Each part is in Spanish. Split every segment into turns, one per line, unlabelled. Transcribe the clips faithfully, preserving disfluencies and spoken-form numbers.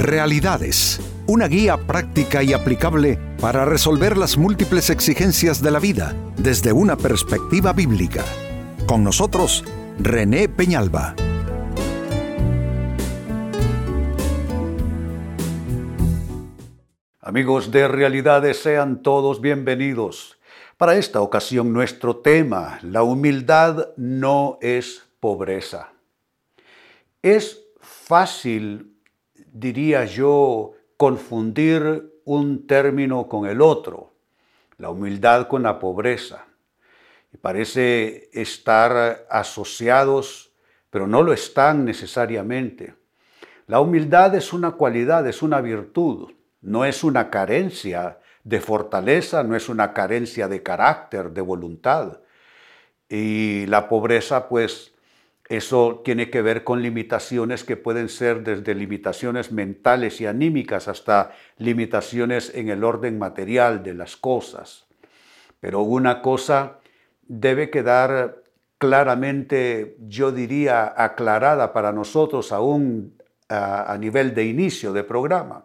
Realidades, una guía práctica y aplicable para resolver las múltiples exigencias de la vida desde una perspectiva bíblica. Con nosotros, René Peñalba.
Amigos de Realidades, sean todos bienvenidos. Para esta ocasión, nuestro tema, la humildad no es pobreza. Es fácil, diría yo, confundir un término con el otro, la humildad con la pobreza. Y parece estar asociados, pero no lo están necesariamente. La humildad es una cualidad, es una virtud, no es una carencia de fortaleza, no es una carencia de carácter, de voluntad. Y la pobreza, pues, eso tiene que ver con limitaciones que pueden ser desde limitaciones mentales y anímicas hasta limitaciones en el orden material de las cosas. Pero una cosa debe quedar claramente, yo diría, aclarada para nosotros aún a, a nivel de inicio de programa.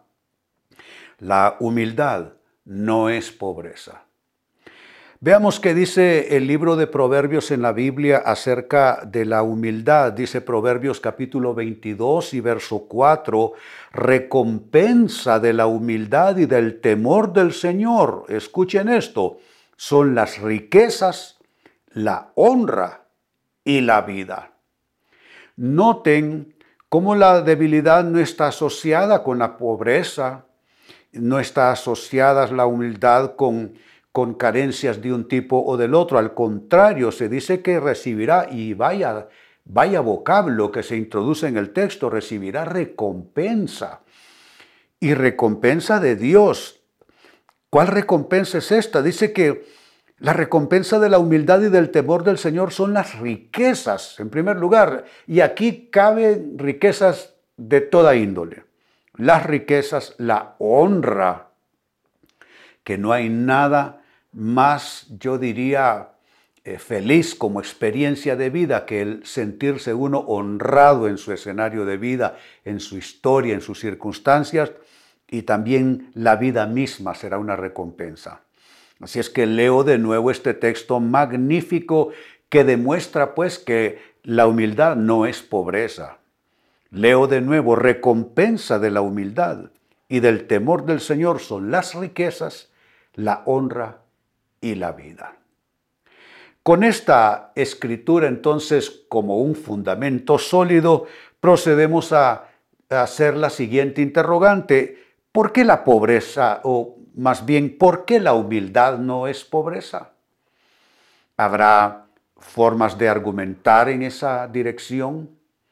La humildad no es pobreza. Veamos qué dice el libro de Proverbios en la Biblia acerca de la humildad. Dice Proverbios capítulo veintidós y verso cuatro, recompensa de la humildad y del temor del Señor. Escuchen esto, son las riquezas, la honra y la vida. Noten cómo la debilidad no está asociada con la pobreza, no está asociada la humildad con con carencias de un tipo o del otro. Al contrario, se dice que recibirá, y vaya, vaya vocablo que se introduce en el texto, recibirá recompensa. Y recompensa de Dios. ¿Cuál recompensa es esta? Dice que la recompensa de la humildad y del temor del Señor son las riquezas, en primer lugar. Y aquí caben riquezas de toda índole. Las riquezas, la honra, que no hay nada más, yo diría, eh, feliz como experiencia de vida que el sentirse uno honrado en su escenario de vida, en su historia, en sus circunstancias, y también la vida misma será una recompensa. Así es que leo de nuevo este texto magnífico que demuestra pues que la humildad no es pobreza. Leo de nuevo, recompensa de la humildad y del temor del Señor son las riquezas, la honra y la vida. Con esta escritura, entonces, como un fundamento sólido, procedemos a hacer la siguiente interrogante. ¿Por qué la pobreza, o más bien, por qué la humildad no es pobreza? ¿Habrá formas de argumentar en esa dirección?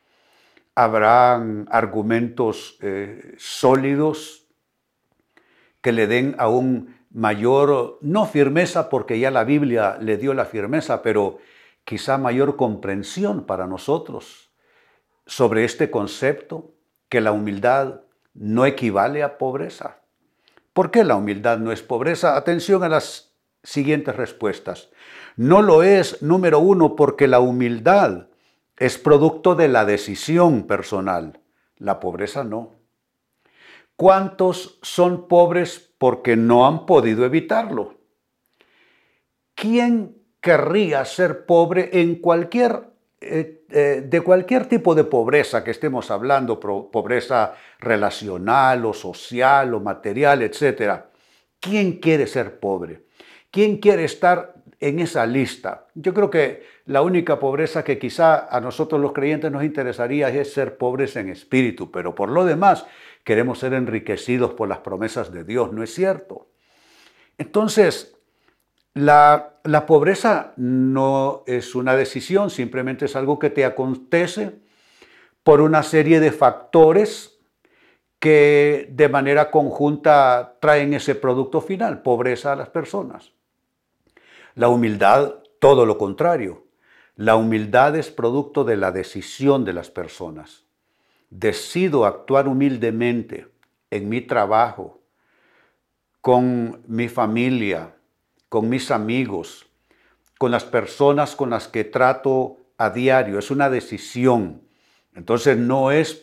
¿Habrán argumentos eh, sólidos que le den a un mayor, no firmeza porque ya la Biblia le dio la firmeza, pero quizá mayor comprensión para nosotros sobre este concepto, que la humildad no equivale a pobreza? ¿Por qué la humildad no es pobreza? Atención a las siguientes respuestas. No lo es, número uno, porque la humildad es producto de la decisión personal. La pobreza no. ¿Cuántos son pobres porque no han podido evitarlo? ¿Quién querría ser pobre en cualquier, eh, eh, de cualquier tipo de pobreza que estemos hablando, pobreza relacional o social o material, etcétera? ¿Quién quiere ser pobre? ¿Quién quiere estar en esa lista? Yo creo que la única pobreza que quizá a nosotros los creyentes nos interesaría es ser pobres en espíritu, pero por lo demás queremos ser enriquecidos por las promesas de Dios, ¿no es cierto? Entonces, la, la pobreza no es una decisión, simplemente es algo que te acontece por una serie de factores que de manera conjunta traen ese producto final, pobreza a las personas. La humildad, todo lo contrario. La humildad es producto de la decisión de las personas. Decido actuar humildemente en mi trabajo, con mi familia, con mis amigos, con las personas con las que trato a diario. Es una decisión. Entonces no es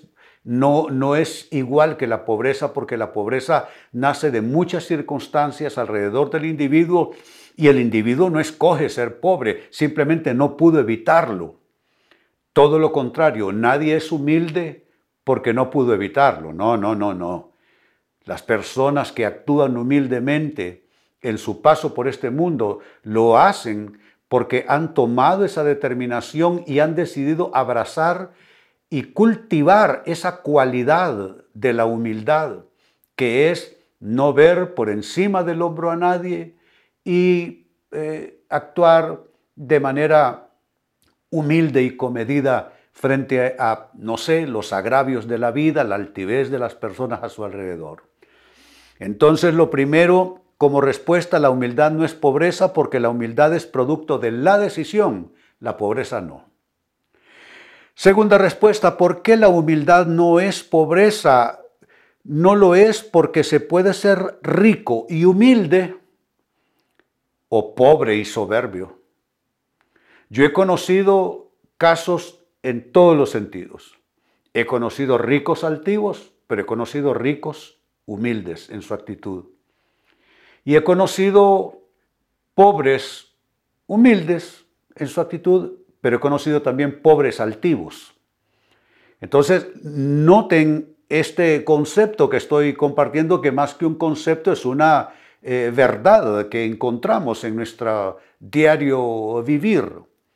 no, no es igual que la pobreza, porque la pobreza nace de muchas circunstancias alrededor del individuo y el individuo no escoge ser pobre, simplemente no pudo evitarlo. Todo lo contrario, nadie es humilde porque no pudo evitarlo. No, no, no, no. Las personas que actúan humildemente en su paso por este mundo lo hacen porque han tomado esa determinación y han decidido abrazar y cultivar esa cualidad de la humildad, que es no ver por encima del hombro a nadie y eh, actuar de manera humilde y comedida frente a, no sé, los agravios de la vida, la altivez de las personas a su alrededor. Entonces, lo primero, como respuesta, la humildad no es pobreza porque la humildad es producto de la decisión, la pobreza no. Segunda respuesta, ¿por qué la humildad no es pobreza? No lo es porque se puede ser rico y humilde o pobre y soberbio. Yo he conocido casos en todos los sentidos. He conocido ricos altivos, pero he conocido ricos humildes en su actitud. Y he conocido pobres humildes en su actitud, pero he conocido también pobres altivos. Entonces, noten este concepto que estoy compartiendo, que más que un concepto es una eh, verdad que encontramos en nuestro diario vivir.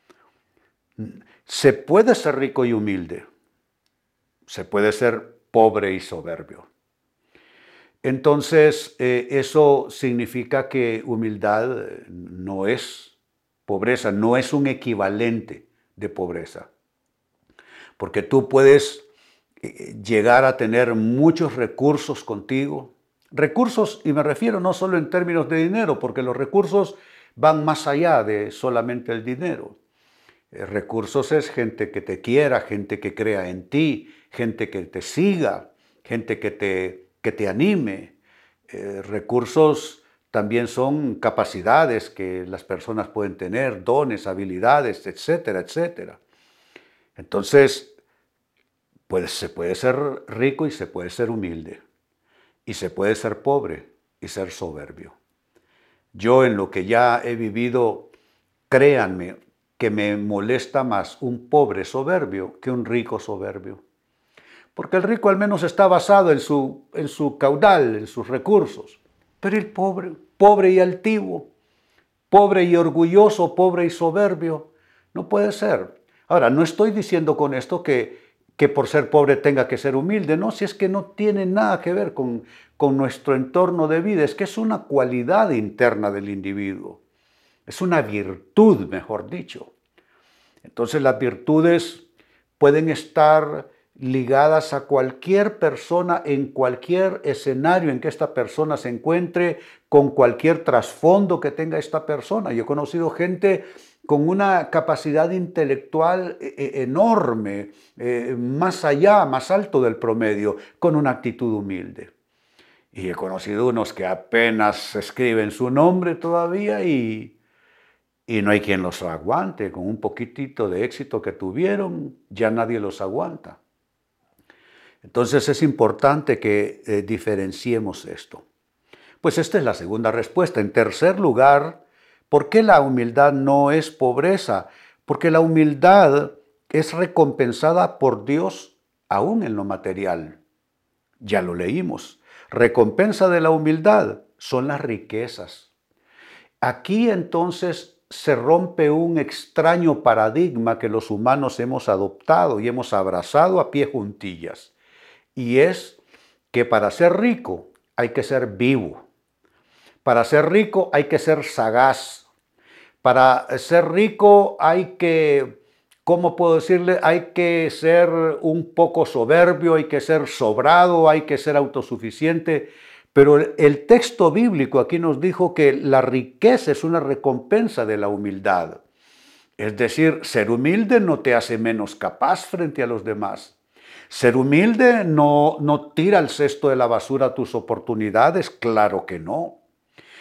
Se puede ser rico y humilde, se puede ser pobre y soberbio. Entonces, eh, eso significa que humildad no es pobreza, no es un equivalente de pobreza. Porque tú puedes eh, llegar a tener muchos recursos contigo. Recursos, y me refiero no solo en términos de dinero, porque los recursos van más allá de solamente el dinero. Eh, recursos es gente que te quiera, gente que crea en ti, gente que te siga, gente que te, que te anime. Eh, recursos también son capacidades que las personas pueden tener, dones, habilidades, etcétera, etcétera. Entonces, pues, se puede ser rico y se puede ser humilde, y se puede ser pobre y ser soberbio. Yo, en lo que ya he vivido, créanme que me molesta más un pobre soberbio que un rico soberbio. Porque el rico al menos está basado en su, en su caudal, en sus recursos. Pero el pobre, pobre y altivo, pobre y orgulloso, pobre y soberbio, no puede ser. Ahora, no estoy diciendo con esto que, que por ser pobre tenga que ser humilde, no, si es que no tiene nada que ver con, con nuestro entorno de vida, es que es una cualidad interna del individuo, es una virtud, mejor dicho. Entonces las virtudes pueden estar ligadas a cualquier persona en cualquier escenario en que esta persona se encuentre, con cualquier trasfondo que tenga esta persona. Yo he conocido gente con una capacidad intelectual enorme, eh, más allá, más alto del promedio, con una actitud humilde. Y he conocido unos que apenas escriben su nombre todavía y, y no hay quien los aguante. Con un poquitito de éxito que tuvieron, ya nadie los aguanta. Entonces es importante que eh, diferenciemos esto. Pues esta es la segunda respuesta. En tercer lugar, ¿por qué la humildad no es pobreza? Porque la humildad es recompensada por Dios aún en lo material. Ya lo leímos. Recompensa de la humildad son las riquezas. Aquí entonces se rompe un extraño paradigma que los humanos hemos adoptado y hemos abrazado a pie juntillas. Y es que para ser rico hay que ser vivo. Para ser rico hay que ser sagaz. Para ser rico hay que, ¿cómo puedo decirle? Hay que ser un poco soberbio, hay que ser sobrado, hay que ser autosuficiente. Pero el texto bíblico aquí nos dijo que la riqueza es una recompensa de la humildad. Es decir, ser humilde no te hace menos capaz frente a los demás. Ser humilde no, no tira al cesto de la basura tus oportunidades, claro que no.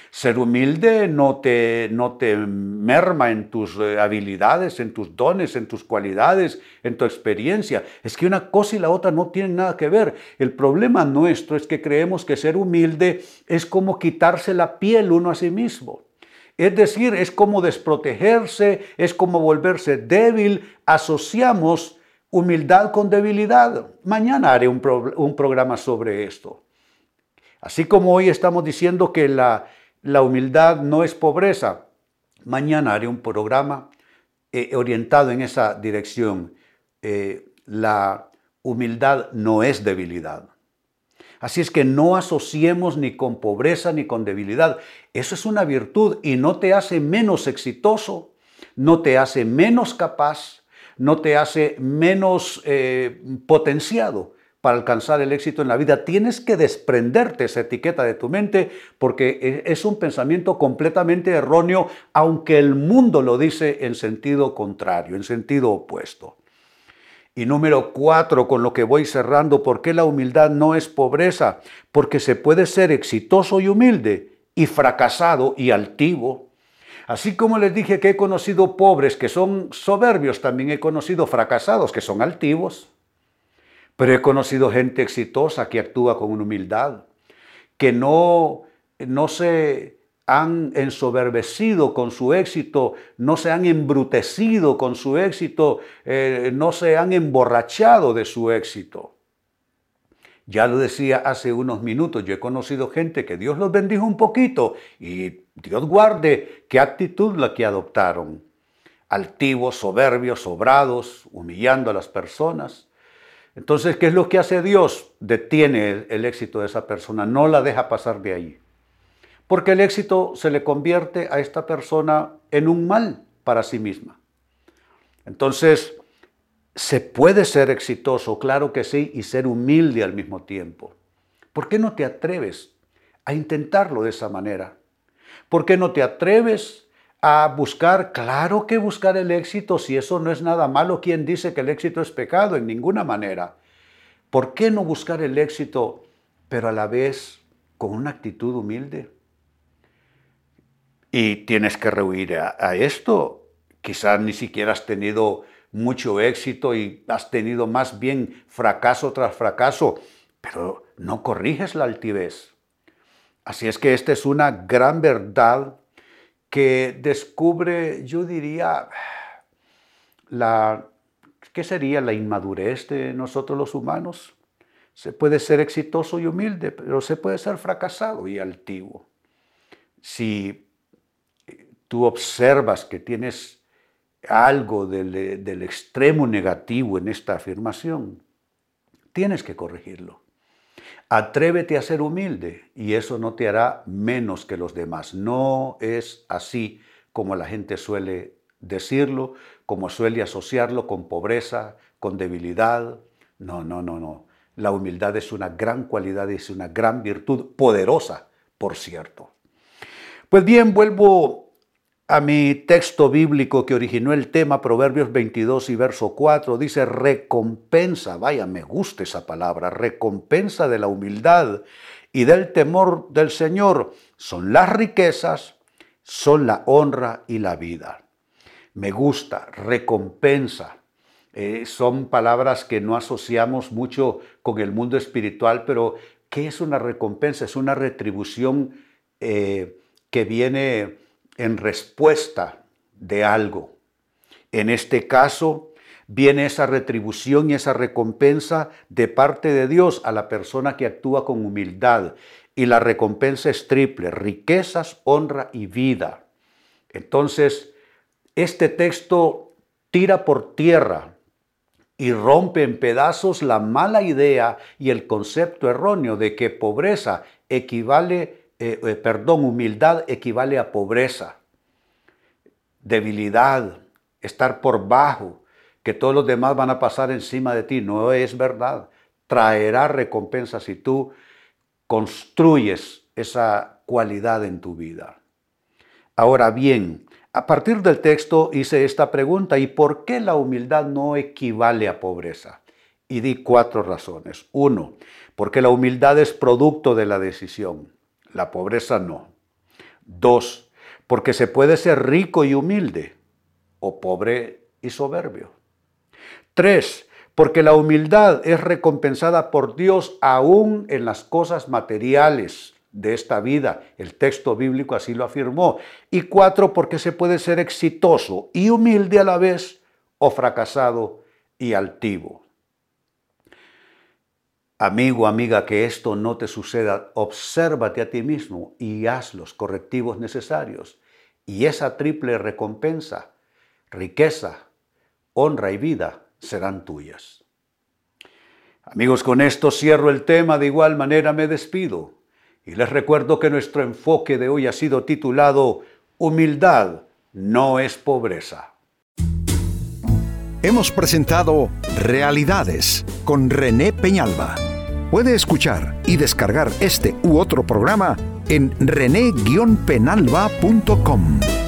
Ser humilde no te, no te merma en tus habilidades, en tus dones, en tus cualidades, en tu experiencia. Es que una cosa y la otra no tienen nada que ver. El problema nuestro es que creemos que ser humilde es como quitarse la piel uno a sí mismo. Es decir, es como desprotegerse, es como volverse débil. Asociamos humildad con debilidad. Mañana haré un, pro, un programa sobre esto. Así como hoy estamos diciendo que la, la humildad no es pobreza, mañana haré un programa eh, orientado en esa dirección. Eh, la humildad no es debilidad. Así es que no asociemos ni con pobreza ni con debilidad. Eso es una virtud y no te hace menos exitoso, no te hace menos capaz, no te hace menos eh, potenciado para alcanzar el éxito en la vida. Tienes que desprenderte esa etiqueta de tu mente porque es un pensamiento completamente erróneo, aunque el mundo lo dice en sentido contrario, en sentido opuesto. Y número cuatro, con lo que voy cerrando, ¿por qué la humildad no es pobreza? Porque se puede ser exitoso y humilde y fracasado y altivo. Así como les dije que he conocido pobres que son soberbios, también he conocido fracasados que son altivos. Pero he conocido gente exitosa que actúa con humildad, que no, no se han ensoberbecido con su éxito, no se han embrutecido con su éxito, eh, no se han emborrachado de su éxito. Ya lo decía hace unos minutos, yo he conocido gente que Dios los bendijo un poquito y Dios guarde qué actitud la que adoptaron. Altivos, soberbios, sobrados, humillando a las personas. Entonces, ¿qué es lo que hace Dios? Detiene el, el éxito de esa persona, no la deja pasar de ahí. Porque el éxito se le convierte a esta persona en un mal para sí misma. Entonces, ¿se puede ser exitoso? Claro que sí, y ser humilde al mismo tiempo. ¿Por qué no te atreves a intentarlo de esa manera? ¿Por qué no te atreves a buscar? Claro que buscar el éxito, si eso no es nada malo. ¿Quién dice que el éxito es pecado? En ninguna manera. ¿Por qué no buscar el éxito, pero a la vez con una actitud humilde? Y tienes que rehuir a, a esto. Quizás ni siquiera has tenido mucho éxito y has tenido más bien fracaso tras fracaso, pero no corriges la altivez. Así es que esta es una gran verdad que descubre, yo diría, la, ¿qué sería la inmadurez de nosotros los humanos? Se puede ser exitoso y humilde, pero se puede ser fracasado y altivo. Si tú observas que tienes algo del, del extremo negativo en esta afirmación, tienes que corregirlo. Atrévete a ser humilde y eso no te hará menos que los demás. No es así como la gente suele decirlo, como suele asociarlo con pobreza, con debilidad. No, no, no, no. La humildad es una gran cualidad, es una gran virtud, poderosa, por cierto. Pues bien, vuelvo a mi texto bíblico que originó el tema, Proverbios veintidós y verso cuatro, dice recompensa, vaya, me gusta esa palabra, recompensa de la humildad y del temor del Señor son las riquezas, son la honra y la vida. Me gusta, recompensa. Eh, son palabras que no asociamos mucho con el mundo espiritual, pero ¿qué es una recompensa? Es una retribución eh, que viene en respuesta de algo. En este caso, viene esa retribución y esa recompensa de parte de Dios a la persona que actúa con humildad. Y la recompensa es triple, riquezas, honra y vida. Entonces, este texto tira por tierra y rompe en pedazos la mala idea y el concepto erróneo de que pobreza equivale Eh, eh, perdón, humildad equivale a pobreza, debilidad, estar por bajo, que todos los demás van a pasar encima de ti. No es verdad. Traerá recompensa si tú construyes esa cualidad en tu vida. Ahora bien, a partir del texto hice esta pregunta: ¿y por qué la humildad no equivale a pobreza? Y di cuatro razones. Uno, porque la humildad es producto de la decisión. La pobreza no. Dos, porque se puede ser rico y humilde o pobre y soberbio. Tres, porque la humildad es recompensada por Dios aún en las cosas materiales de esta vida. El texto bíblico así lo afirmó. Y cuatro, porque se puede ser exitoso y humilde a la vez o fracasado y altivo. Amigo, amiga, que esto no te suceda, obsérvate a ti mismo y haz los correctivos necesarios. Y esa triple recompensa, riqueza, honra y vida serán tuyas. Amigos, con esto cierro el tema, de igual manera me despido. Y les recuerdo que nuestro enfoque de hoy ha sido titulado Humildad no es pobreza.
Hemos presentado Realidades con René Peñalba. Puede escuchar y descargar este u otro programa en rené guion penalba punto com.